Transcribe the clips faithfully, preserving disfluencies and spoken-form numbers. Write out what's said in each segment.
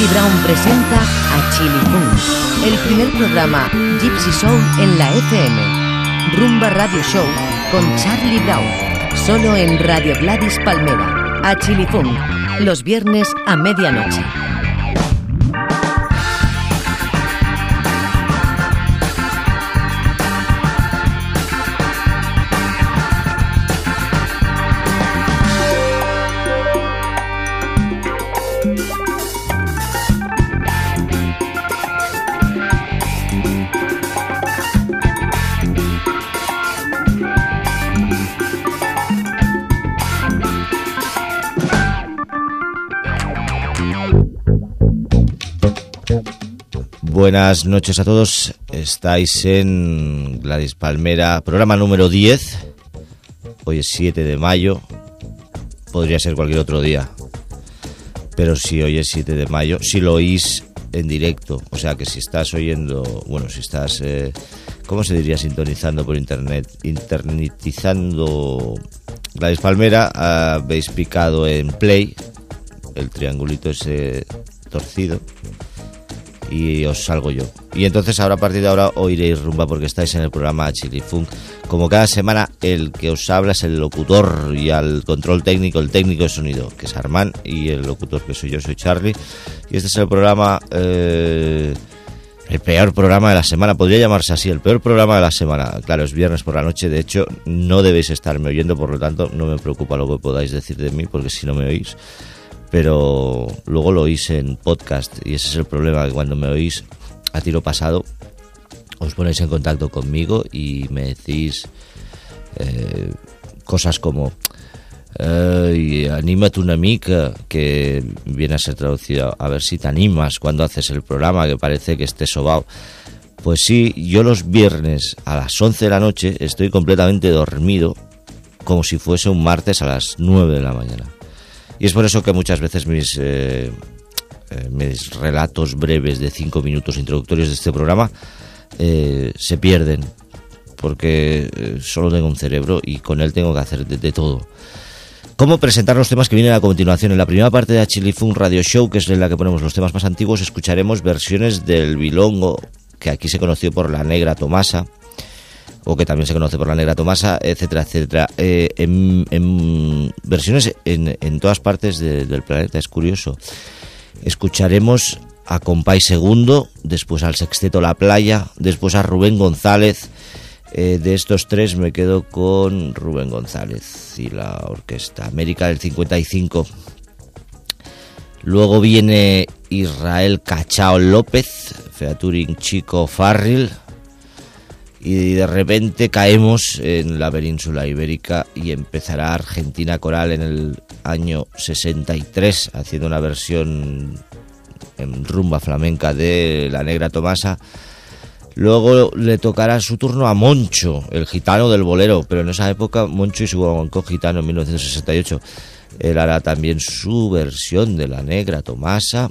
Charlie Brown presenta a Chili Funk, el primer programa Gypsy Soul en la F M. Rumba Radio Show con Charlie Brown, solo en Radio Gladys Palmera. A Chili Funk, los viernes a medianoche. Buenas noches a todos, estáis en Gladys Palmera, programa número diez, hoy es siete de mayo, podría ser cualquier otro día, pero si hoy es siete de mayo, si lo oís en directo, o sea que si estás oyendo, bueno, si estás, eh, ¿cómo se diría? Sintonizando por internet, internetizando Gladys Palmera, habéis picado en play, el triangulito ese torcido, y os salgo yo. Y entonces ahora, a partir de ahora, oiréis rumba porque estáis en el programa Chili Funk. Como cada semana, el que os habla es el locutor y al control técnico, el técnico de sonido, que es Armand, y el locutor que soy yo, soy Charlie. Y este es el programa, eh, el peor programa de la semana, podría llamarse así, el peor programa de la semana. Claro, es viernes por la noche, de hecho, no debéis estarme oyendo, por lo tanto, no me preocupa lo que podáis decir de mí, porque si no me oís, pero luego lo oís en podcast y ese es el problema, que cuando me oís a tiro pasado os ponéis en contacto conmigo y me decís eh, cosas como eh, anímate una mica, que viene a ser traducido a ver si te animas cuando haces el programa, que parece que estés sobao. Pues sí, yo los viernes a las once de la noche estoy completamente dormido, como si fuese un martes a las nueve de la mañana. Y es por eso que muchas veces mis, eh, eh, mis relatos breves de cinco minutos introductorios de este programa eh, se pierden, porque eh, solo tengo un cerebro y con él tengo que hacer de, de todo. ¿Cómo presentar los temas que vienen a continuación? En la primera parte de la Chili Funk Radio Show, que es en la que ponemos los temas más antiguos, escucharemos versiones del bilongo, que aquí se conoció por la Negra Tomasa, o que también se conoce por la Negra Tomasa, etcétera, etcétera. Eh, en, en versiones en, en todas partes de, del planeta, es curioso. Escucharemos a Compay Segundo, después al Sexteto La Playa, después a Rubén González. Eh, de estos tres me quedo con Rubén González y la orquesta América del cincuenta y cinco. Luego viene Israel Cachao López, featuring Chico Farril. Y de repente caemos en la península ibérica y empezará Argentina Coral en el año sesenta y tres haciendo una versión en rumba flamenca de la Negra Tomasa. Luego le tocará su turno a Moncho, el gitano del bolero, pero en esa época Moncho y su guaguancó gitano en mil novecientos sesenta y ocho. Él hará también su versión de la Negra Tomasa.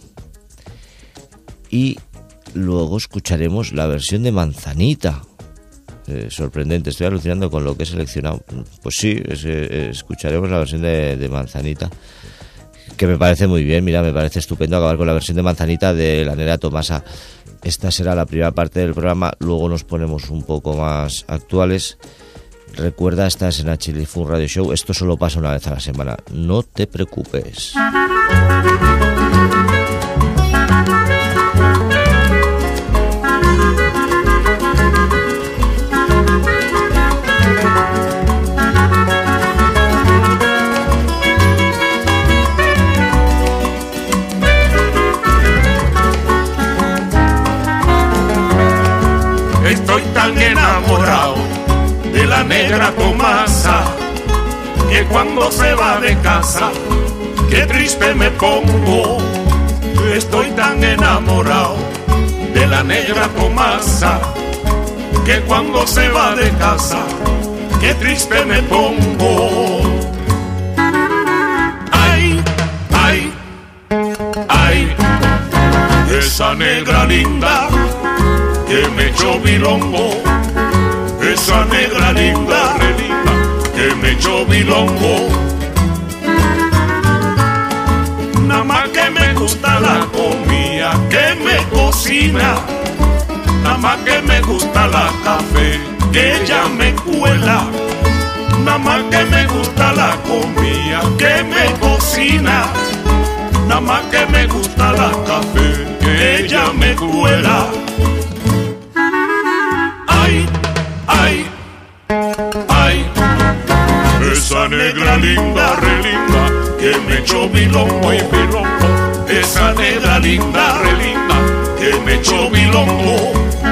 Y luego escucharemos la versión de Manzanita. Eh, sorprendente, estoy alucinando con lo que he seleccionado. Pues sí, es, eh, escucharemos la versión de, de Manzanita, que me parece muy bien. Mira, me parece estupendo acabar con la versión de Manzanita de la Negra Tomasa. Esta será la primera parte del programa, luego nos ponemos un poco más actuales. Recuerda, estás en la Chili Funk Radio Show, esto solo pasa una vez a la semana, no te preocupes. Estoy tan enamorado de la Negra Tomasa que cuando se va de casa, qué triste me pongo. Estoy tan enamorado de la Negra Tomasa que cuando se va de casa, qué triste me pongo. Ay, ay, ay, esa negra linda que me echó bilongo, esa negra linda, que me echó bilongo. Nada más que me gusta la comida comida que me cocina, nada más que me gusta la café que ella me cuela, nada más que me gusta la comida que me cocina, nada más que me gusta la café que ella me cuela. Ay, ay, ay, esa negra linda, re linda, que me echó bilongo y bilongo. Esa negra linda, re linda, que me echó bilongo.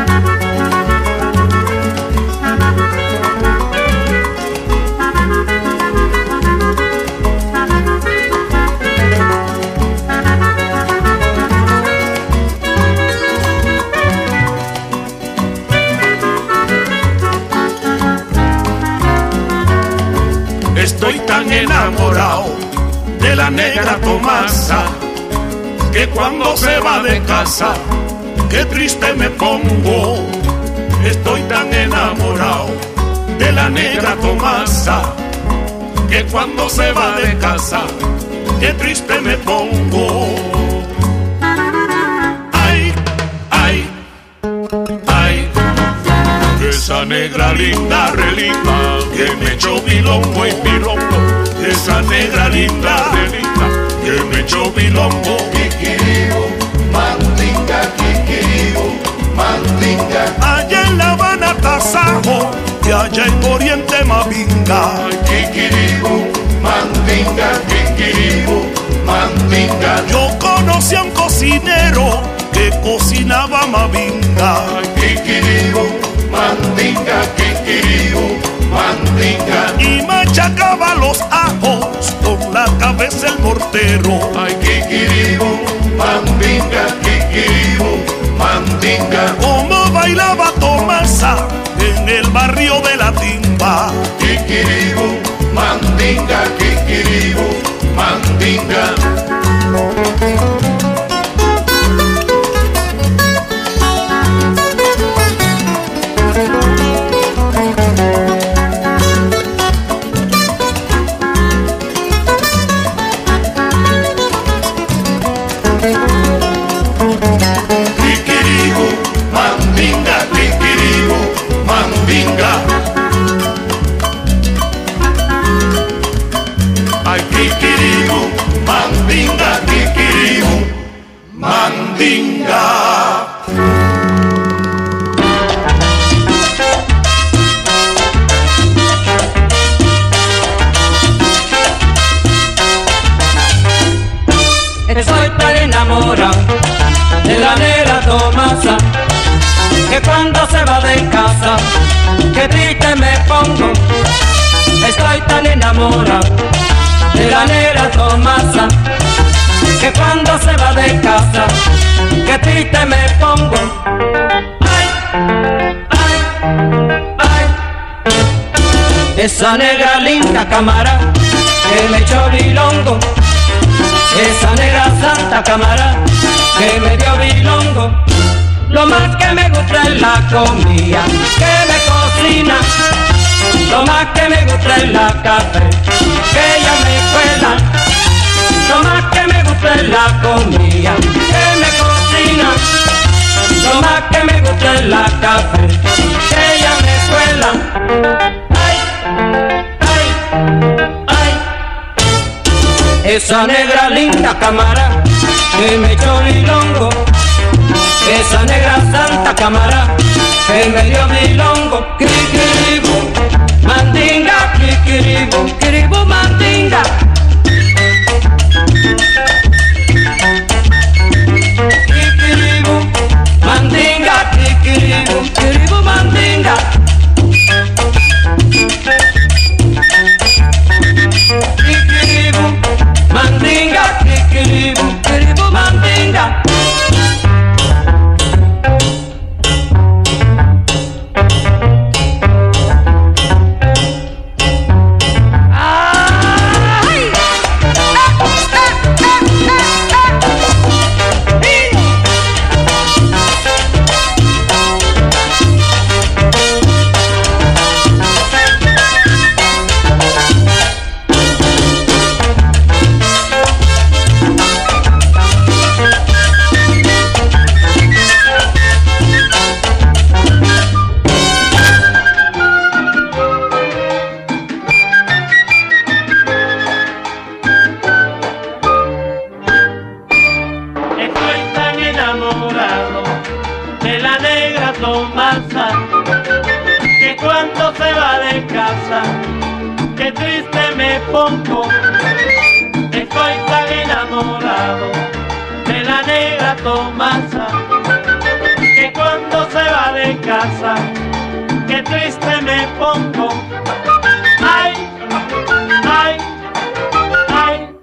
Estoy tan enamorado de la negra Tomasa, que cuando se va de casa, qué triste me pongo. Estoy tan enamorado de la negra Tomasa, que cuando se va de casa, qué triste me pongo. Ay, ay, ay, esa negra linda, re linda, que me echó bilongo y bilongo. Esa negra linda, re linda, que me echó bilongo. Kikiribu, mandinga, kikiribu, mandinga. Allá en La Habana, Tasajo, y allá en Oriente, Mavinga. Kikiribu, mandinga, kikiribu, mandinga. Yo conocí a un cocinero que cocinaba Mavinga. Kikiribu, mandinga, kikiribu, mandinga. Y machacaba los ajos con la cabeza el mortero. Ay, kikiribu, mandinga, kikiribu, mandinga. Como bailaba Tomasa en el barrio de la Timba. Kikiribu, mandinga, kikiribu, mandinga. Kikiribu, mandinga, kikiribu, mandinga. Ay, kikiribu, Mandinga, kikiribu, mandinga. Estoy tan enamorado de la negra Tomasa, que cuando se va de casa, qué triste me pongo. Estoy tan enamorado de la negra Tomasa, que cuando se va de casa, qué triste me pongo. Ay, ay, ay, esa negra linda cámara que me echó bilongo. Esa negra santa cámara que me dio bilongo. Lo más que me gusta es la comida que me cocina. Lo más que me gusta es la café que ella me cuela. Lo más que me gusta es la comida que me cocina. Lo más que me gusta es la café que ella me cuela. Ay, ay, ay, esa negra linda cámara que me echó bilongo. Esa negra santa cámara que me dio bilongo. Kikiribu, mandinga, kikiribu, kiribu, mandinga. Kikiribu, mandinga, kikiribu, kiribu, mandinga. Kikiribu, mandinga, kikiribu, kiribu, mandinga. cuando se va de casa, qué triste me pongo. Estoy tan enamorado de la negra Tomasa, que cuando se va de casa, qué triste me pongo. Ay, ay, ay,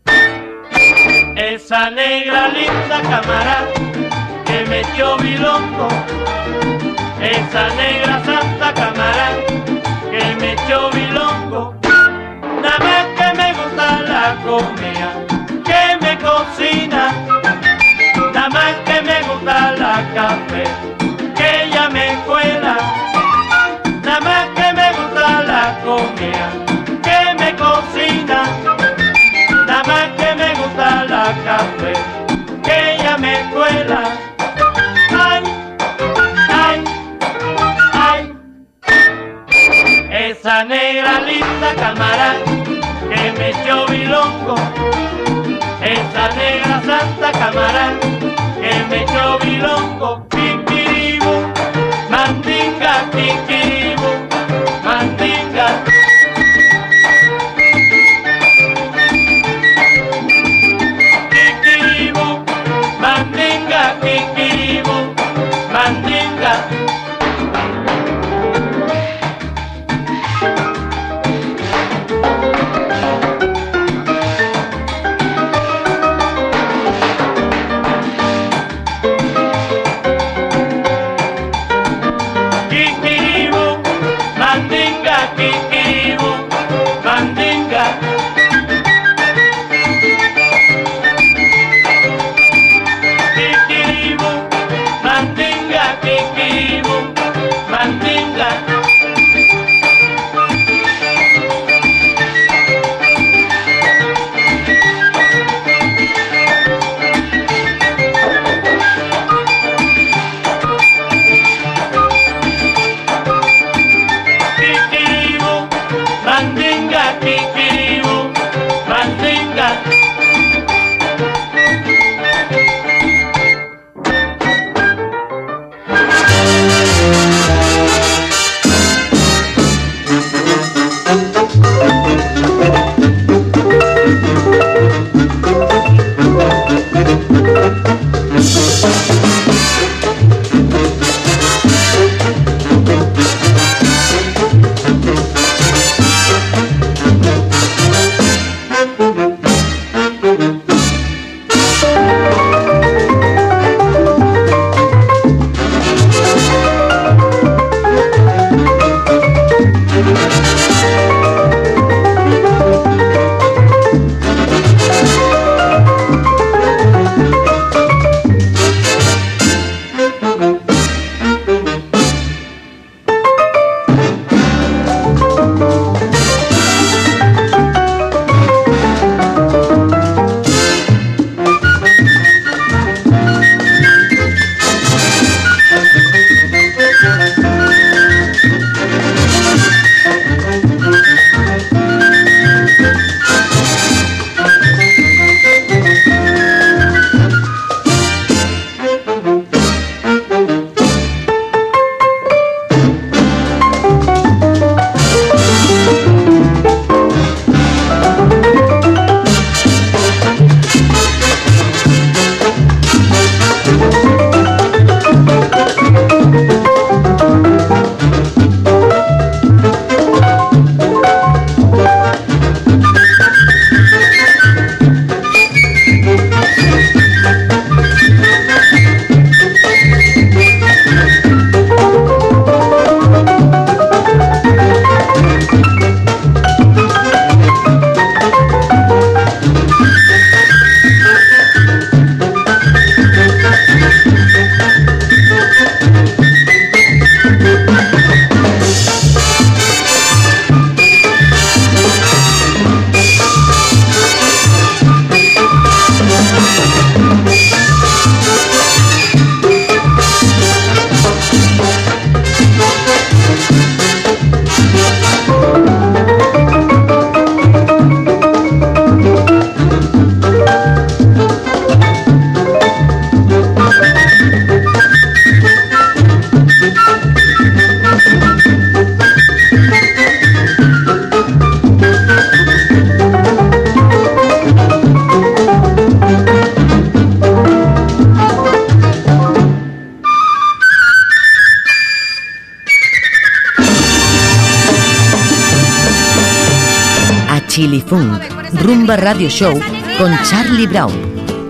esa negra linda camarada que me echó bilongo, esa negra santa camarada que me echó bilongo. Nada más que me gusta la comida que me cocina, nada más que me gusta la café que ella me cuela, nada más que me gusta la comida que me cocina, nada más que me gusta la café que ella me cuela. Ay, ay, ay, esa negra linda camarada que me echó bilongo, esa negra santa camarada que me echó bilongo. Kikiribu, mandinga, kikiribu, mandinga. Kikiribu, mandinga, kikiribu, mandinga. Kikiribu, Chili Funk, Rumba Radio Show con Charlie Brown.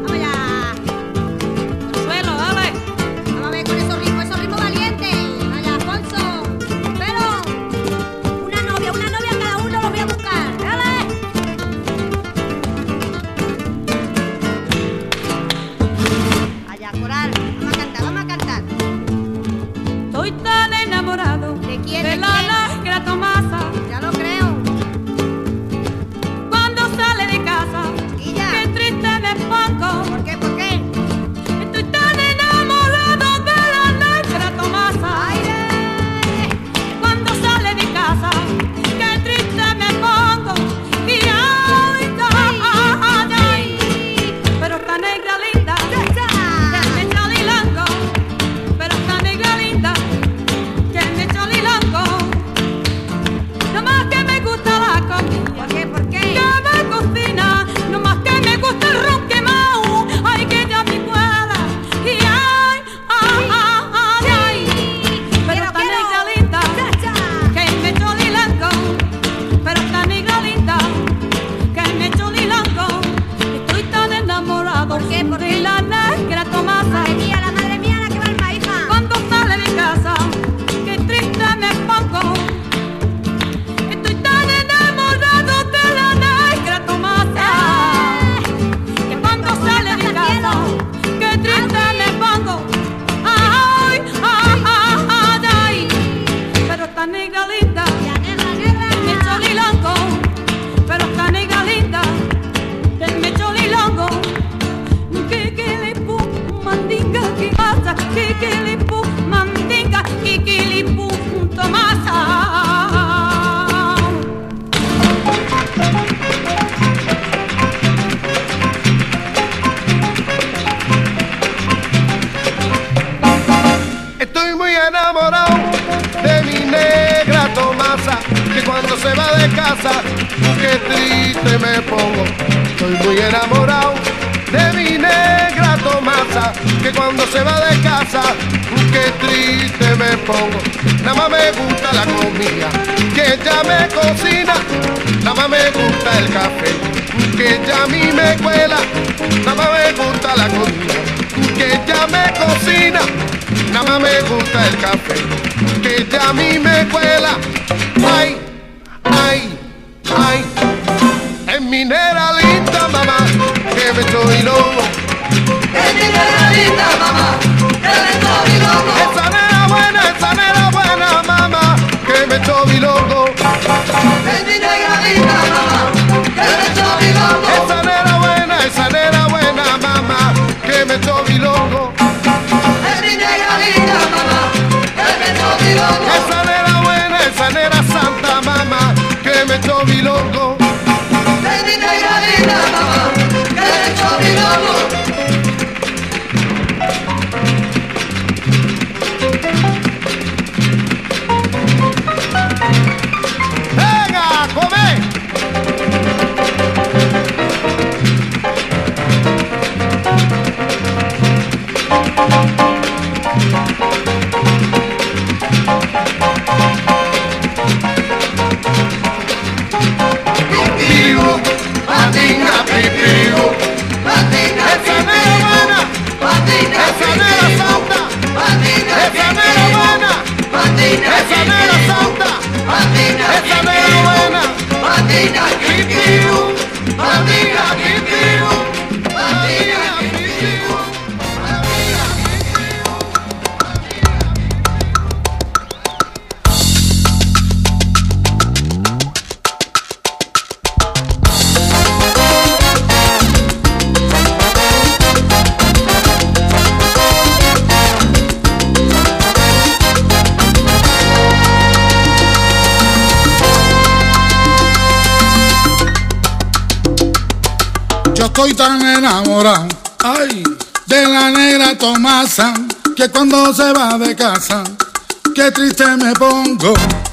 Estoy tan enamorado, ay, de la negra Tomasa, que cuando se va de casa, qué triste me pongo.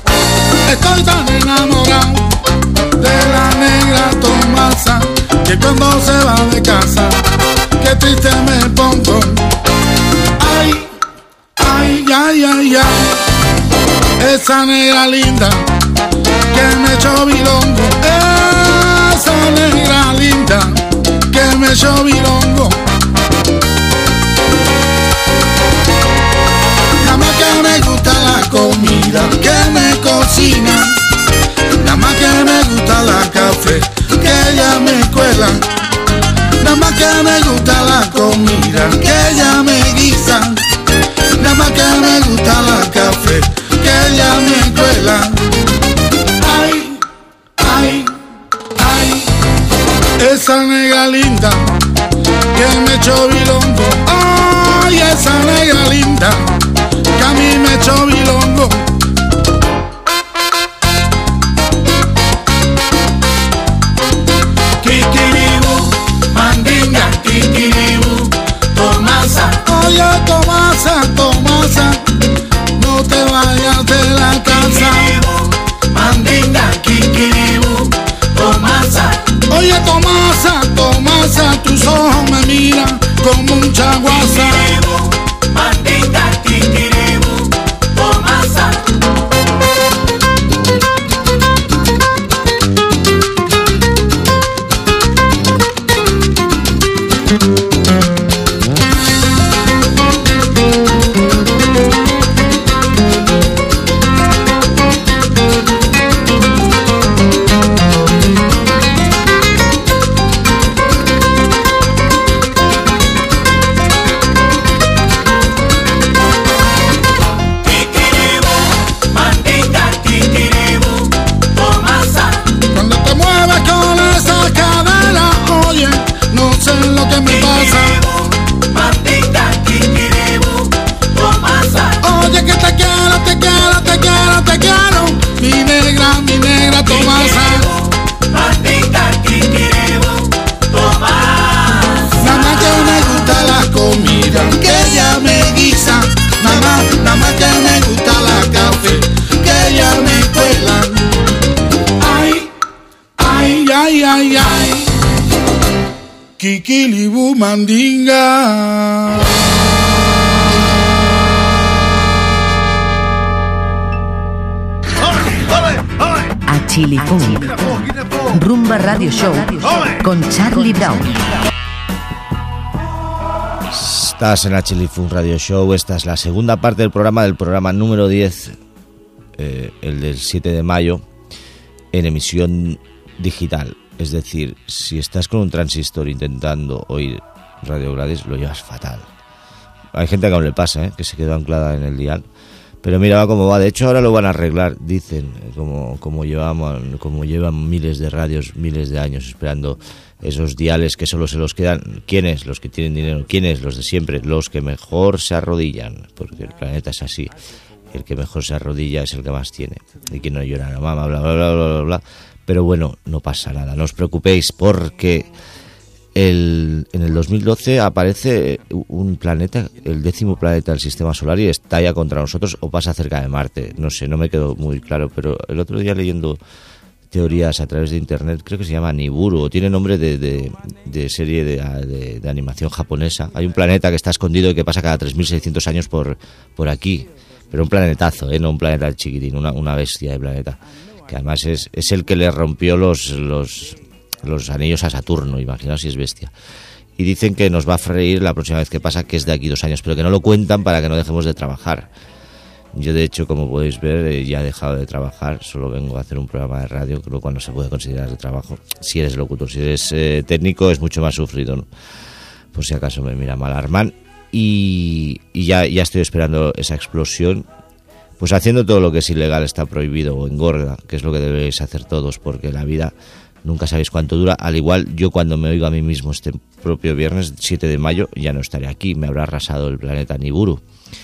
Estoy tan enamorado de la negra Tomasa, que cuando se va de casa, qué triste me pongo. Ay, ay, ay, ay, ay, esa negra linda que me echó bilongo. Eh, echo bilongo. Nada más que me gusta la comida que me cocina. Nada más que me gusta la café que ella me cuela. Nada más que me gusta la comida que ella me guisa. Nada más que me gusta la café que ella me cuela. Ay, ay, ay, esa negra linda que me echó bilongo. Ay, esa negra linda que a mí me echó bilongo. Kikiribu, Tomasa. Oye, Tomasa, Tomasa, no te vayas de la casa. Kikiribu, Mandinga, Kikiribu, Tomasa. Oye, Tomasa, Tomasa, tus ojos me miran con mucha guasa. Kikiribu, Mandinga, Kikiribu, Tomasa. Kikilibu Mandinga. Achilifunk. Rumba Radio Show con Charlie Brown. Estás en Achilifunk Radio Show. Esta es la segunda parte del programa, del programa número diez, eh, el del siete de mayo, en emisión digital. Es decir, si estás con un transistor intentando oír Radio Gladys, lo llevas fatal. Hay gente que aún le pasa, ¿eh? Que se quedó anclada en el dial. Pero mira va cómo va. De hecho, ahora lo van a arreglar, dicen, como, como, llevamos, como llevan miles de radios, miles de años esperando esos diales que solo se los quedan. ¿Quiénes? Los que tienen dinero. ¿Quiénes? Los de siempre. Los que mejor se arrodillan. Porque el planeta es así. El que mejor se arrodilla es el que más tiene. Y quien no llora, no mama, bla, bla, bla, bla, bla, bla. Pero bueno, no pasa nada, no os preocupéis porque el, en el dos mil doce aparece un planeta, el décimo planeta del sistema solar, y está ya contra nosotros o pasa cerca de Marte. No sé, no me quedó muy claro, pero el otro día leyendo teorías a través de internet, creo que se llama Nibiru, o tiene nombre de, de, de serie de, de, de animación japonesa. Hay un planeta que está escondido y que pasa cada tres mil seiscientos años por, por aquí, pero un planetazo, ¿eh? No un planeta chiquitín, una, una bestia de planeta. Que además es, es el que le rompió los, los, los anillos a Saturno, imaginaos si es bestia. Y dicen que nos va a freír la próxima vez que pasa, que es de aquí dos años, pero que no lo cuentan para que no dejemos de trabajar. Yo, de hecho, como podéis ver, ya he dejado de trabajar, solo vengo a hacer un programa de radio, lo cual no se puede considerar de trabajo. Si eres locutor, si eres eh, técnico, es mucho más sufrido, ¿no? Por si acaso me mira mal Armán. Y, y ya, ya estoy esperando esa explosión. Pues haciendo todo lo que es ilegal, está prohibido, o engorda, que es lo que debéis hacer todos, porque la vida nunca sabéis cuánto dura. Al igual, yo cuando me oigo a mí mismo este propio viernes siete de mayo, ya no estaré aquí, me habrá arrasado el planeta Nibiru.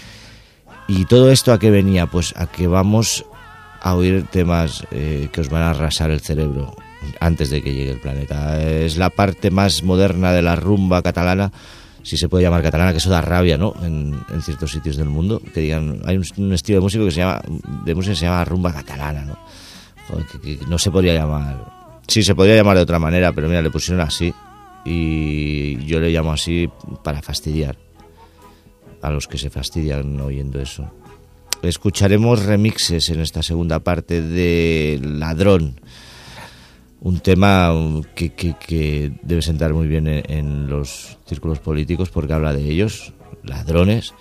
¿Y todo esto a qué venía? Pues a que vamos a oír temas eh, que os van a arrasar el cerebro antes de que llegue el planeta. Es la parte más moderna de la rumba catalana, si se puede llamar catalana, que eso da rabia, ¿no? En, en ciertos sitios del mundo, que digan, hay un, un estilo de música que se llama, de música que se llama rumba catalana, ¿no? Joder, que, que no se podría llamar, sí se podría llamar de otra manera, pero mira, le pusieron así y yo le llamo así para fastidiar a los que se fastidian oyendo eso. Escucharemos remixes en esta segunda parte de Ladrón. un tema que, que, que debe sentar muy bien en, en los círculos políticos porque habla de ellos, ladrones.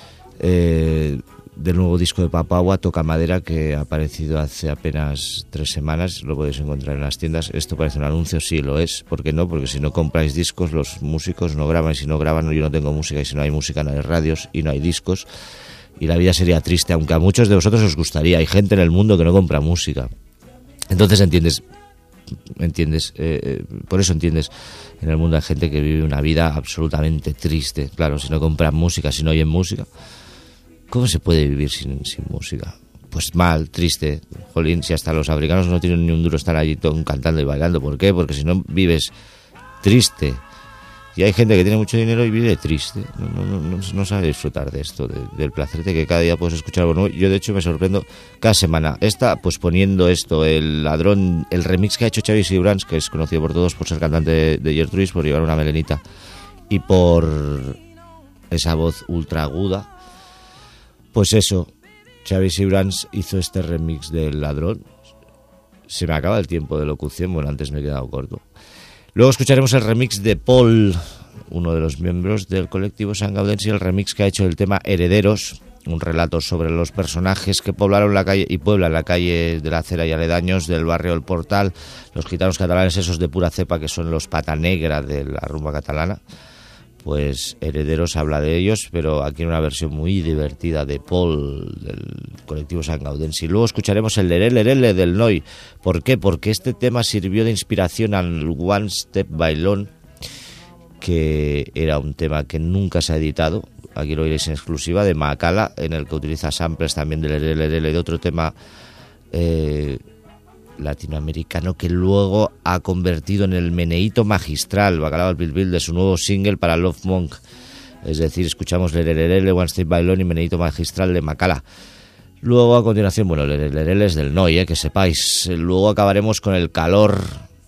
Eh, del nuevo disco de Papagua, Toca Madera, que ha aparecido hace apenas tres semanas, lo podéis encontrar en las tiendas. Esto parece un anuncio, sí lo es, ¿por qué no? Porque si no compráis discos, los músicos no graban, y si no graban, yo no tengo música, y si no hay música no hay radios y no hay discos, y la vida sería triste, aunque a muchos de vosotros os gustaría. Hay gente en el mundo que no compra música, entonces entiendes entiendes eh, eh, por eso entiendes, en el mundo hay gente que vive una vida absolutamente triste. Claro, si no compran música, si no oyen música, ¿cómo se puede vivir sin, sin música? Pues mal, triste. Jolín, si hasta los africanos no tienen ni un duro, están allí todo cantando y bailando. ¿Por qué? Porque si no vives triste. Y hay gente que tiene mucho dinero y vive triste. No, no, no, no sabe disfrutar de esto, de, del placer de que cada día puedes escuchar algo nuevo. Yo, de hecho, me sorprendo cada semana. Esta, pues poniendo esto, el ladrón, el remix que ha hecho Xavi Siurans, que es conocido por todos por ser cantante de, de Gertrudis, por llevar una melenita y por esa voz ultra aguda. Pues eso, Xavi Siurans hizo este remix del ladrón. Se me acaba el tiempo de locución, bueno, antes me he quedado corto. Luego escucharemos el remix de Paul, uno de los miembros del colectivo Sant Gaudenci, el remix que ha hecho el tema Herederos, un relato sobre los personajes que poblaron la calle y pueblan la calle de la Acera y aledaños del barrio El Portal, los gitanos catalanes esos de pura cepa que son los pata negra de la rumba catalana. Pues Herederos habla de ellos, pero aquí en una versión muy divertida de Paul, del colectivo Sant Gaudenci. Luego escucharemos el Lerele Lerele del Noi. ¿Por qué? Porque este tema sirvió de inspiración al One Step Bailón, que era un tema que nunca se ha editado. Aquí lo oiréis en exclusiva, de Macala, en el que utiliza samples también del Lerele Lerele, de otro tema eh, latinoamericano que luego ha convertido en el meneíto magistral, Bacalao al Bilbil, de su nuevo single para Love Monk. Es decir, escuchamos Lerelele, One Step Bailón y meneíto magistral de Macala. Luego, a continuación, bueno, Lerelele es del Noi, eh, que sepáis. Luego acabaremos con El Calor,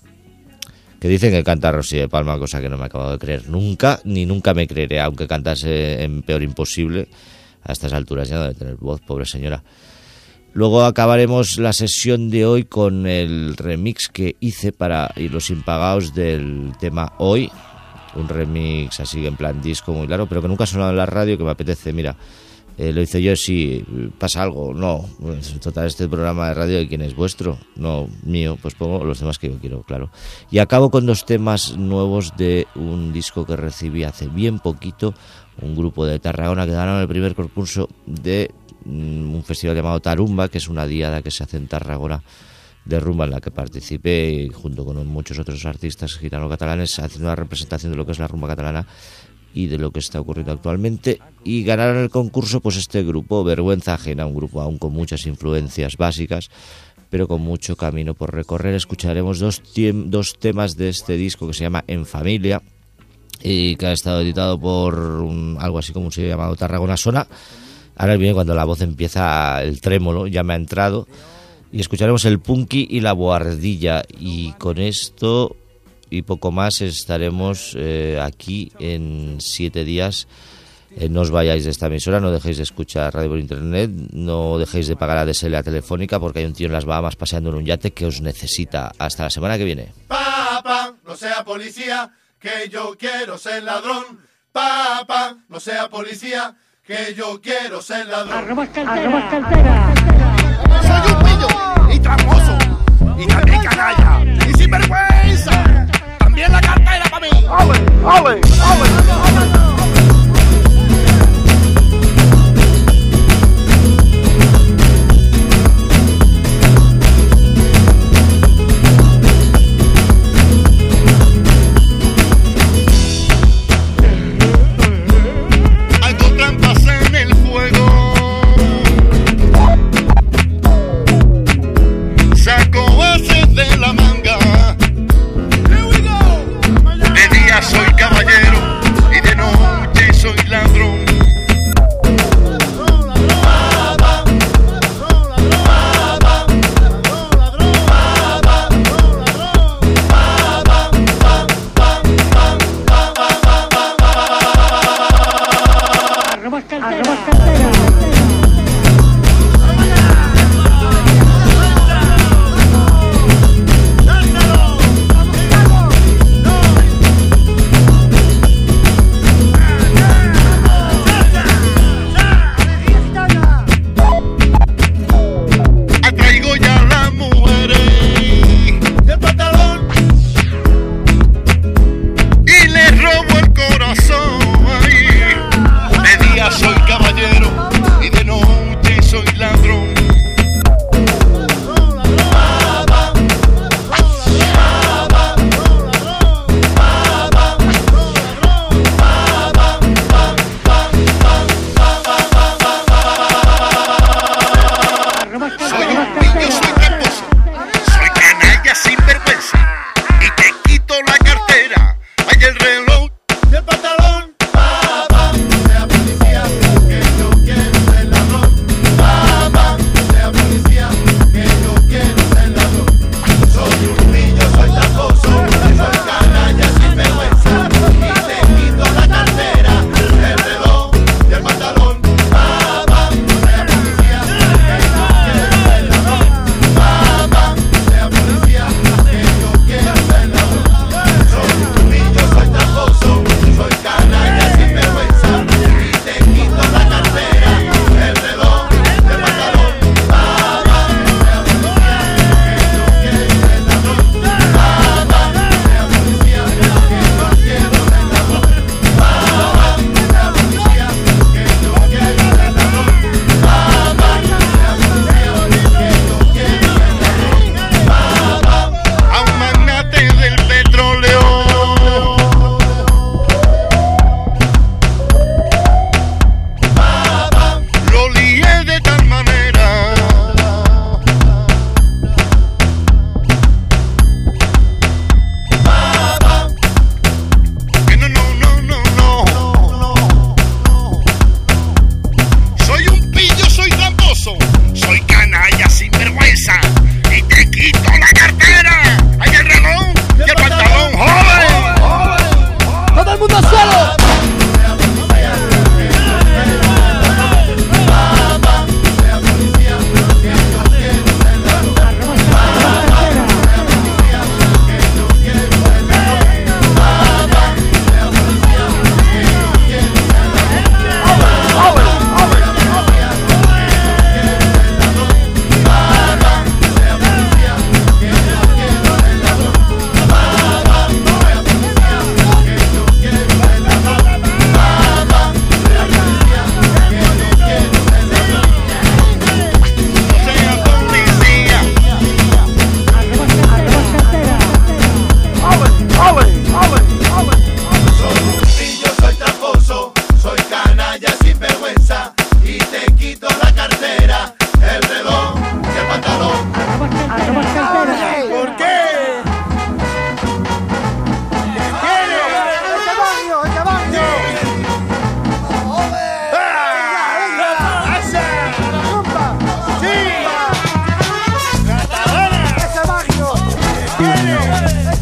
que dicen que canta Rosy de Palma, cosa que no me he acabado de creer nunca, ni nunca me creeré, aunque cantase en Peor Imposible. A estas alturas ya no debe tener voz, pobre señora. Luego acabaremos la sesión de hoy con el remix que hice para Los Impagaos del tema Hoy, un remix así en plan disco muy largo, pero que nunca ha sonado en la radio, que me apetece. Mira, eh, lo hice yo, si pasa algo, no, total, este programa de radio, ¿de quién es? ¿Vuestro? No, mío, pues pongo los temas que yo quiero, claro. Y acabo con dos temas nuevos de un disco que recibí hace bien poquito, un grupo de Tarragona que ganaron el primer concurso de un festival llamado Tarumba, que es una diada que se hace en Tarragona de rumba, en la que participé junto con muchos otros artistas gitano-catalanes, haciendo una representación de lo que es la rumba catalana y de lo que está ocurriendo actualmente. Y ganaron el concurso pues este grupo, Vergüenza Ajena, un grupo aún con muchas influencias básicas, pero con mucho camino por recorrer. Escucharemos dos, tiem- dos temas de este disco que se llama En Familia, y que ha estado editado por un, algo así como un sello llamado Tarragona Sona. Ahora viene cuando la voz empieza el trémolo, ya me ha entrado. Y escucharemos el Punky y la Boardilla. Y con esto y poco más estaremos eh, aquí en siete días. Eh, no os vayáis de esta emisora, no dejéis de escuchar radio por internet, no dejéis de pagar a D S L a Telefónica, porque hay un tío en las Bahamas paseando en un yate que os necesita. Hasta la semana que viene. Papá, no sea policía, que yo quiero ser ladrón. Papá, no sea policía, que yo quiero ser ladrón. Arroba cartera. cartera. Soy un pillo y tramposo y también canalla y sinvergüenza. También la cartera para mí. ¡Ole, ole, ole!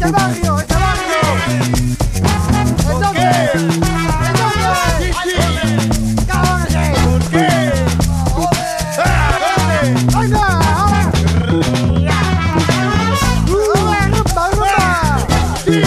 del barrio, este barrio. Entonces, entonces, cállate. ¿Por qué? Venga, ahora. Rumba, rumba. Sí.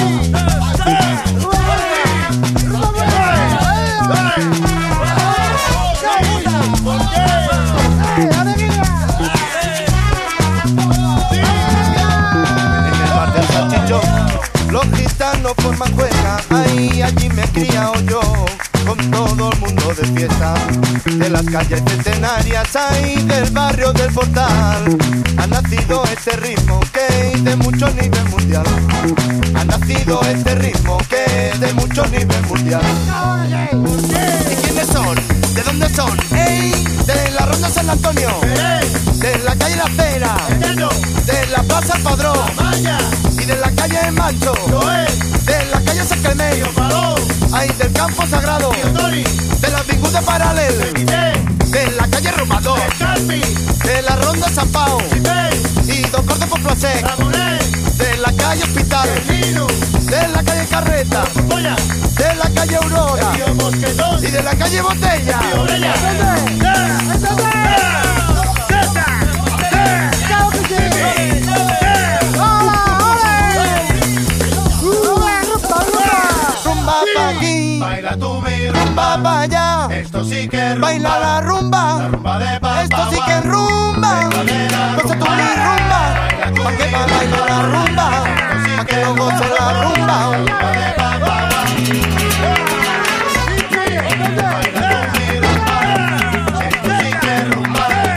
Los gitanos forman cueca, ahí allí me he criado yo, con todo el mundo de fiesta, de las calles centenarias, ahí del barrio del Portal. Ha nacido este ritmo que es de mucho nivel mundial. Ha nacido este ritmo que es de mucho nivel mundial. ¿Y quiénes son? ¿De dónde son? ¡Ey! De la Ronda San Antonio, de la calle La Cera, de la Plaza El Padrón, y de la calle Mancho, de la calle San Clemente, ahí del Campo Sagrado, de la Vinguda Paralel, de la calle Romador, de la Ronda San Pau, y Don Corte por Placer, de la calle Hospital, de la calle Carreta, de la calle Aurora, y de la calle Botella. Rumba pa' aquí, Baila tú mi rumba pa' allá. Esto sí que es rumba. Baila la rumba, La rumba de pa, esto pa, sí pa. que es rumba. Venga de la Goza tú rumba. mi rumba, Baila tú pa' que mi pa' baila rumba. la rumba, Esto sí pa' que que no es goce rumba. la rumba. La rumba de pa, pa, pa. Baila tú mi rumba. Esto sí que es rumba.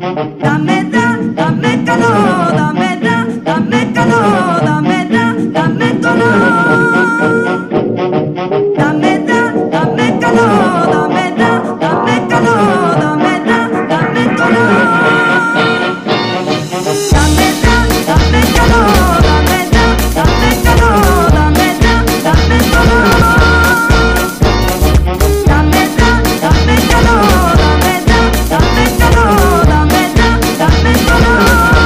Dame, da, dame calor, dame, da, dame calor, dame, da, dame calor. Dame, da, dame calor, dame, da, dame calor, dame, da, dame calor. Dame, da, dame calor, dame, da, dame calor, dame, da, dame calor. Dame, da, dame calor, dame, da, dame calor, dame, da, dame calor.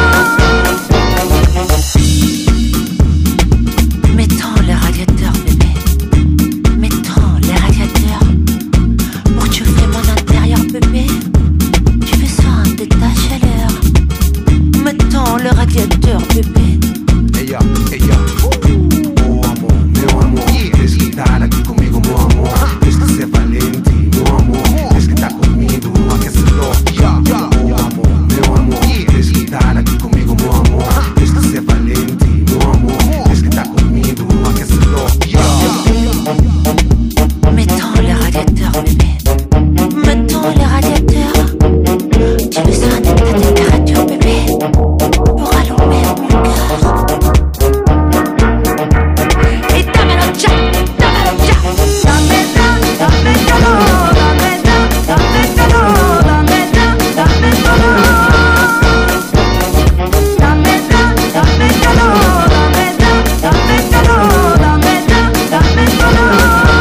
Mettons le radiateur, bébé. Mettons le radiateur pour chauffer mon intérieur, bébé. J'ai besoin de ta chaleur. Mettons le radiateur, bébé. Ella, ella, oh amor, meu amor, tienes que estar aquí conmigo, meu amor. Tienes que ser valente, meu amor. Tienes que estar conmigo, aquecedor. Oh amor, meu amor, tienes que estar aquí conmigo, meu amor. Tienes que ser valente, meu amor. Tienes que estar conmigo, aquecedor. Mettons le radiateur, bébé. Mettons le radiateur. J'ai besoin de ta température, bébé, pour allumer mon cœur. Et dámelo ya, dámelo ya. Dame, da, dame calor, dame, da, dame calor, dame, da, dame calor. Dame, da, dame calor, dame, da, dame calor, dame, da, dame calor.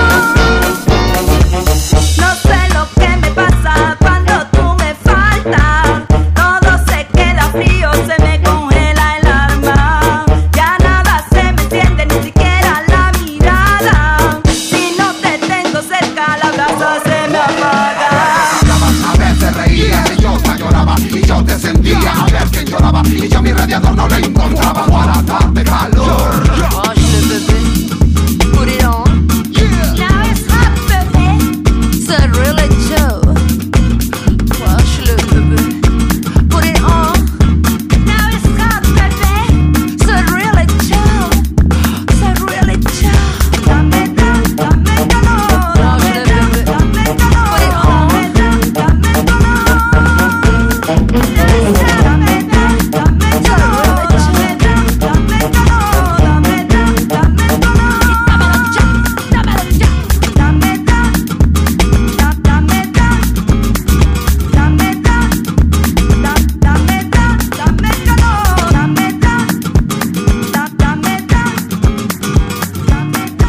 No sé lo que me pasa cuando tú me faltas. Todo se queda frío, se me congela el alma. Ya nada se me entiende, ni siquiera la mirada. Si no te tengo cerca, la brasa se me apaga. A veces reías y yo te lloraba y yo te sentía. A ver quién lloraba y yo mi radiador no le encontraba para darte calor. Lâche le bébé, put it on. Now it's hot, baby. C'est really Joe. Lâche le bébé, put it on. Now it's hot, baby. C'est really Joe. C'est really Joe. Dame, da, dame calor, dame, da, dame calor, dame, da, dame calor. Dame, da, dame calor, dame, da, dame calor, dame, da, dame calor. Dámelo ya, dámelo ya. Dame, da, da, dame, da, dame, da, da, dame, da, dame calor, dame, da, da, dame, da, dame da.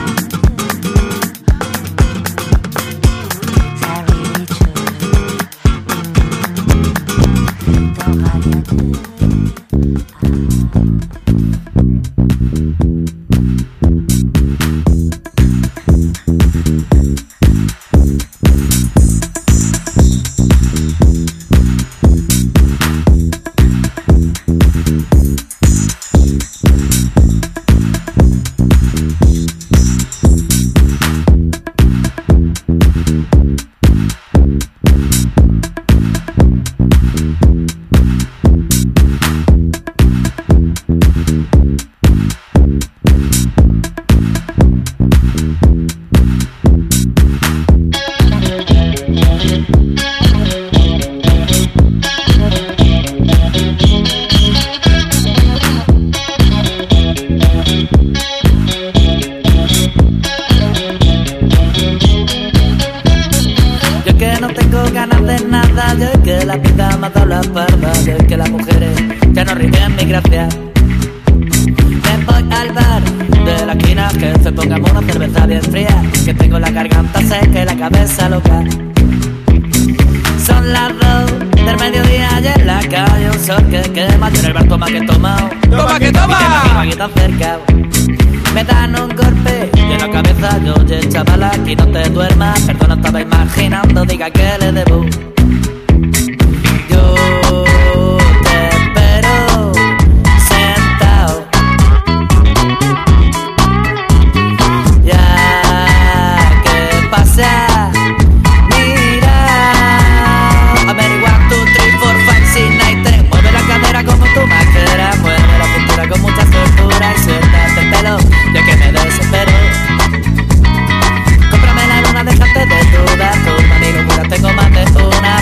C'est really Joe. Ton radiateur. Yo que no tengo ganas de nada, yo que la vida me ha dado la parda, yo que las mujeres ya no rinden mi gracia. Me voy al bar de la esquina, que se pongamos una cerveza bien fría, que tengo la garganta seca y la cabeza loca. Son las dos del mediodía y en la calle un sol que quema. Yo en el bar toma que he tomado, ¡Toma que toma! y que me imagino aquí tan cerca. Me dan un golpe y en la cabeza yo, oye chavala, aquí no te duermas. Perdona, estaba imaginando, diga que le debo. Yo te espero sentado. Ya que pasa, mira. American two, three, four, five, six, nine, ten. Mueve la cadera como tú más quieras. Mueve la cintura con mucha soltura y suéltate el pelo, ya que me desespero. Cómprame la luna, déjate de dudas. Turma, mi locura, tengo más de una.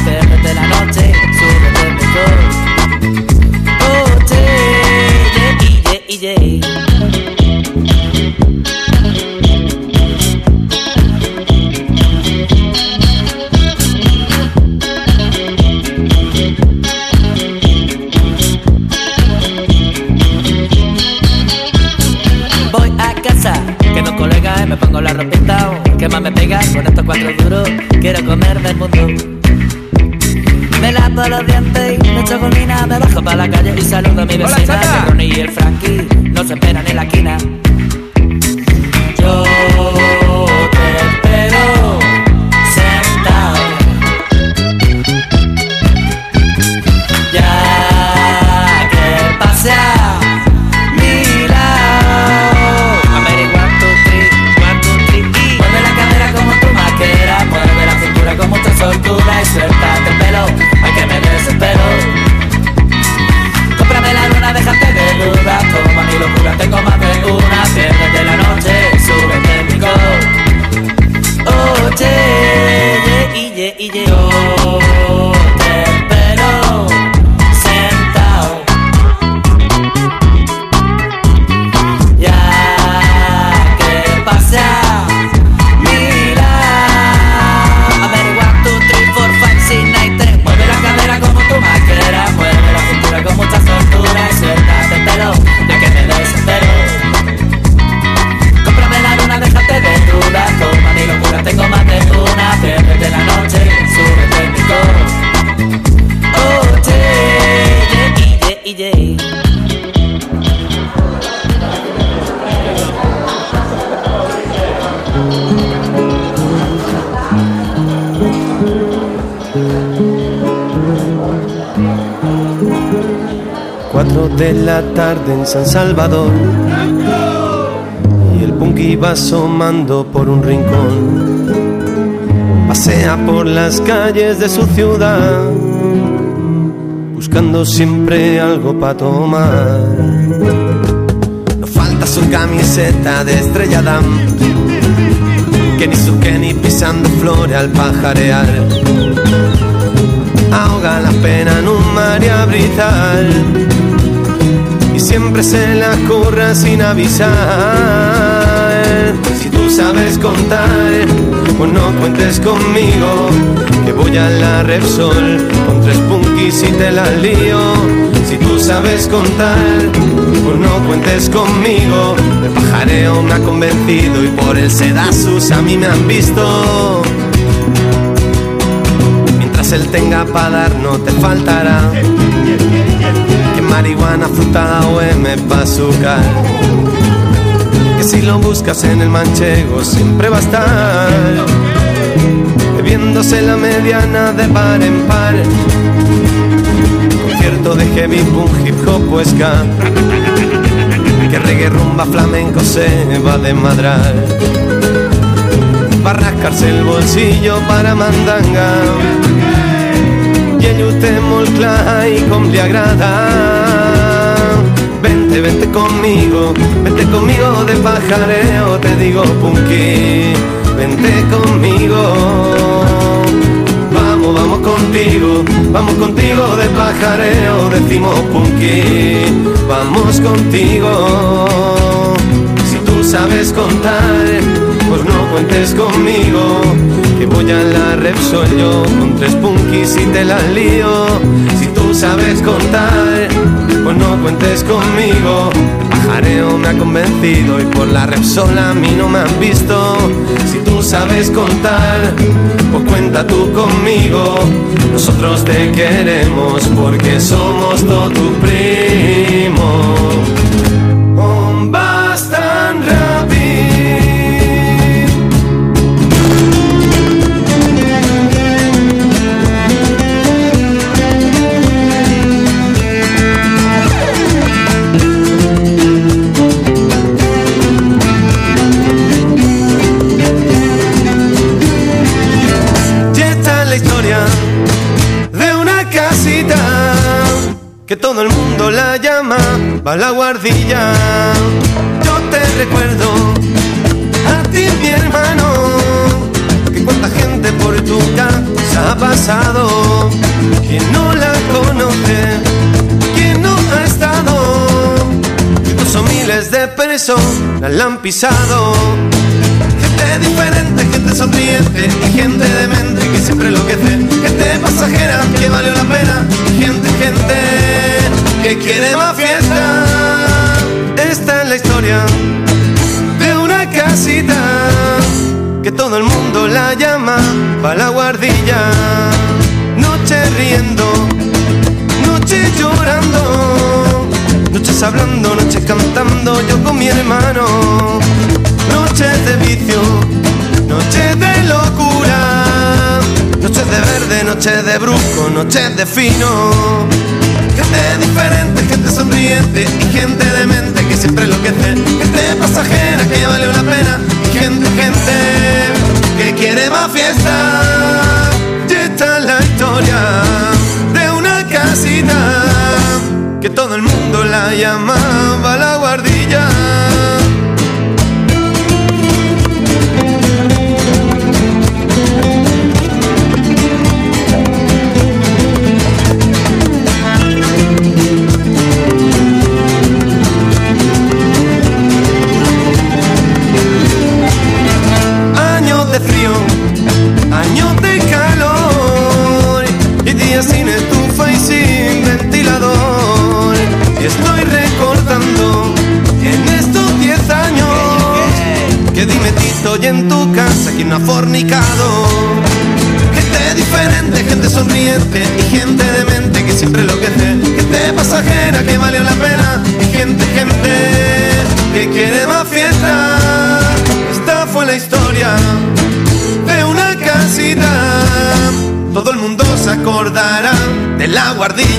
cuatro duros, quiero comerme el mundo. Me lavo los dientes y me echo colina, me bajo para la calle y saludo a mi vecina. Que Ronnie y el Frankie no se esperan en la esquina. Yo te espero sentado, ya que pase a mi lado. Ameri, one, two, three, one, two, three, y mueve la cadera como tu maquera, mueve la cintura con mucha soltura y suéltate el pelo, ay que me desespero. Cómprame la luna, déjate de duda, toma mi locura, tengo más de una, piérdete la noche, súbete el pico. Oye, ye, ye, ye, yo te espero sentado, ya que pase a mi lado. A ver, one, two, three, four, five, six, nine, ten. Mueve la cadera como tu maquera, mueve la cintura con mucha soltura y suéltate el pelo, ya que me desespero. Cómprame la luna, déjate de duda, toma mi locura, tengo más de una, piérdete la noche, súbete el pico. Oh, yeah, yeah, yeah, yeah. Cuatro de la tarde en San Salvador y el punky va asomando por un rincón. Pasea por las calles de su ciudad buscando siempre algo para tomar. No falta su camiseta de Estrella Damm, que ni su Kenny pisando flores al pajarear. Ahoga la pena en un María Brital y siempre se la curra sin avisar. Si tú sabes contar, pues no cuentes conmigo, que voy a la Repsol con tres punkis y te la lío. Si tú sabes contar, pues no cuentes conmigo, el pajareo me ha convencido y por el Sedasus a mí me han visto. Él tenga pa' dar no te faltará, que marihuana, frutada o M pa' azúcar, que si lo buscas en el manchego siempre va a estar bebiéndose la mediana de par en par. Concierto de heavy, boom, hip hop o ska, que reggae, rumba, flamenco se va a desmadrar, va a rascarse el bolsillo para mandanga. Y ayúdate molcla y con le agrada. Vente, vente conmigo, vente conmigo de pajareo, te digo punky, vente conmigo. Vamos, vamos contigo, vamos contigo de pajareo, decimos punky, vamos contigo. Si tú sabes contar, pues no cuentes conmigo, que voy a la Repsol yo con tres punkis y te la lío. Si tú sabes contar, pues no cuentes conmigo, el pajareo me ha convencido y por la Repsol a mí no me han visto. Si tú sabes contar, pues cuenta tú conmigo, nosotros te queremos porque somos todos tus primos. Oh, vas tan rápido. Que todo el mundo la llama va la guardilla. Yo te recuerdo a ti, mi hermano, que cuánta gente por tu casa ha pasado. Quien no la conoce, quien no ha estado, cientos o miles de personas la han pisado. Gente diferente, gente sonriente y gente demente que siempre enloquece. Gente pasajera que valió la pena, gente, gente que quiere más fiesta. Esta es la historia de una casita que todo el mundo la llama pa' la guardilla. Noche riendo, noche llorando, noches hablando, noches cantando, yo con mi hermano. Noches de vicio, noches de locura, noches de verde, noches de brusco, noches de fino. Gente diferente, gente sonriente y gente demente que siempre enloquece. Gente pasajera que vale la pena y gente, gente que quiere más fiesta. Y esta es la historia de una casita que todo el mundo la llamaba La Guardilla. De frío, años de calor y días sin estufa y sin ventilador. Y estoy recordando en estos diez años que dime Tito y en tu casa quién no ha fornicado. Gente diferente, gente sonriente y gente demente que siempre enloquece. Gente pasajera que vale la pena y gente, gente que quiere más fiesta. Esta fue la historia de una casita, todo el mundo se acordará de La Guardilla.